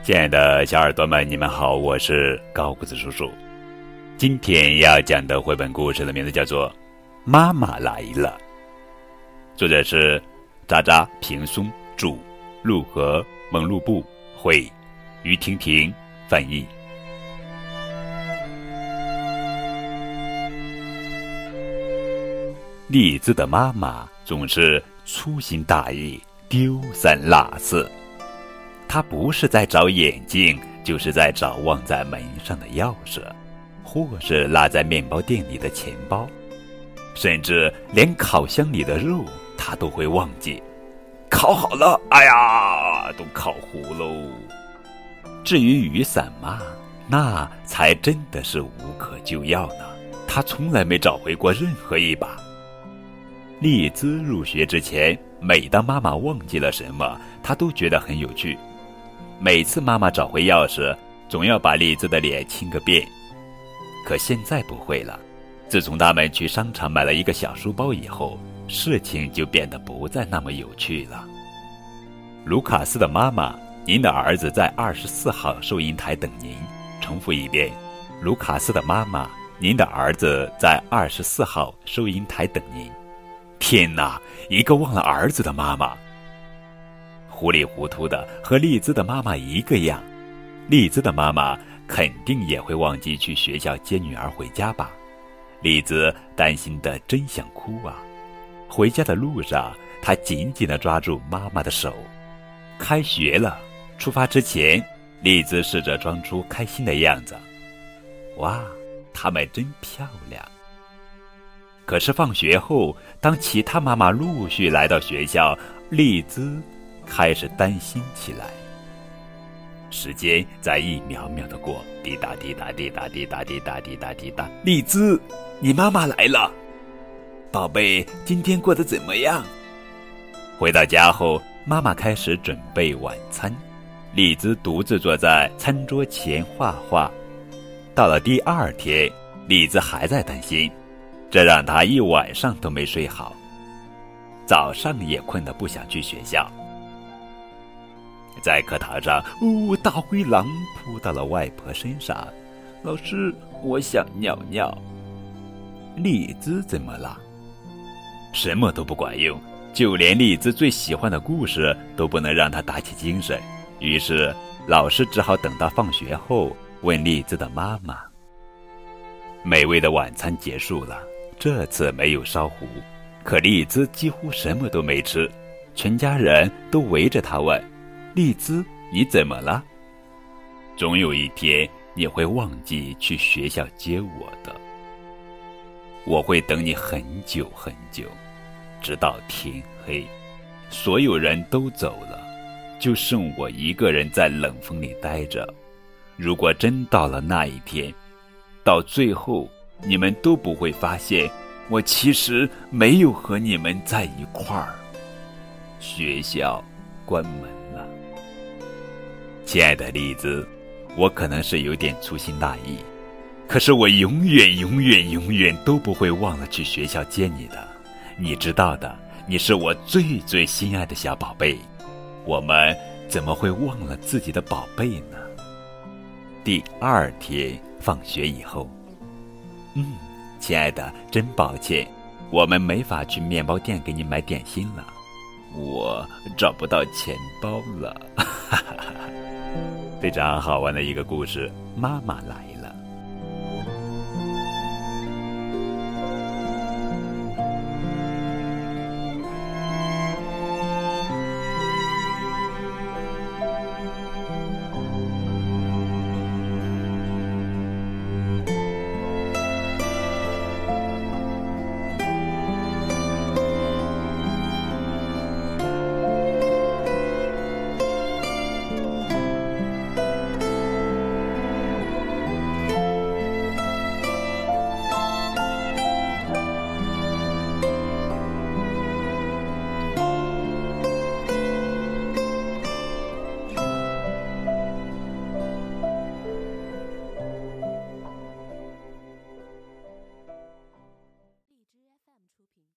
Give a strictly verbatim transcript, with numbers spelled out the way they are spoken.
亲爱的小耳朵们，你们好，我是高个子叔叔。今天要讲的绘本故事的名字叫做《妈妈来了》，作者是渣渣平松著，陆河蒙路布绘，于婷婷翻译。栗子的妈妈总是粗心大意，丢三落四。她不是在找眼镜，就是在找忘在门上的钥匙，或是落在面包店里的钱包，甚至连烤箱里的肉她都会忘记。烤好了，哎呀，都烤糊喽。至于雨伞嘛，那才真的是无可救药呢，她从来没找回过任何一把。栗子入学之前，每当妈妈忘记了什么，她都觉得很有趣。每次妈妈找回钥匙，总要把栗子的脸亲个遍。可现在不会了，自从他们去商场买了一个小书包以后，事情就变得不再那么有趣了。卢卡斯的妈妈，您的儿子在二十四号收银台等您。重复一遍，卢卡斯的妈妈，您的儿子在二十四号收银台等您。天哪，一个忘了儿子的妈妈，糊里糊涂的和栗子的妈妈一个样。栗子的妈妈肯定也会忘记去学校接女儿回家吧。栗子担心的真想哭啊。回家的路上，她紧紧地抓住妈妈的手。开学了，出发之前，栗子试着装出开心的样子。哇，她们真漂亮。可是放学后，当其他妈妈陆续来到学校，栗子开始担心起来。时间在一秒秒的过，滴答滴答滴答滴答滴答滴答滴答。栗子，你妈妈来了。宝贝，今天过得怎么样？回到家后，妈妈开始准备晚餐。栗子独自坐在餐桌前画画。到了第二天，栗子还在担心，这让她一晚上都没睡好。早上也困得不想去学校。在课堂上，哦，大灰狼扑到了外婆身上。老师，我想尿尿。栗子怎么了？什么都不管用，就连栗子最喜欢的故事都不能让她打起精神。于是老师只好等到放学后问栗子的妈妈。美味的晚餐结束了，这次没有烧糊，可栗子几乎什么都没吃。全家人都围着她问，栗子，你怎么了？总有一天你会忘记去学校接我的。我会等你很久很久，直到天黑。所有人都走了，就剩我一个人在冷风里待着。如果真到了那一天，到最后你们都不会发现我其实没有和你们在一块儿。学校关门了。亲爱的栗子，我可能是有点粗心大意，可是我永远永远永远都不会忘了去学校接你的。你知道的，你是我最最心爱的小宝贝。我们怎么会忘了自己的宝贝呢？第二天放学以后，嗯，亲爱的，真抱歉，我们没法去面包店给你买点心了。我找不到钱包了。非常好玩的一个故事，妈妈来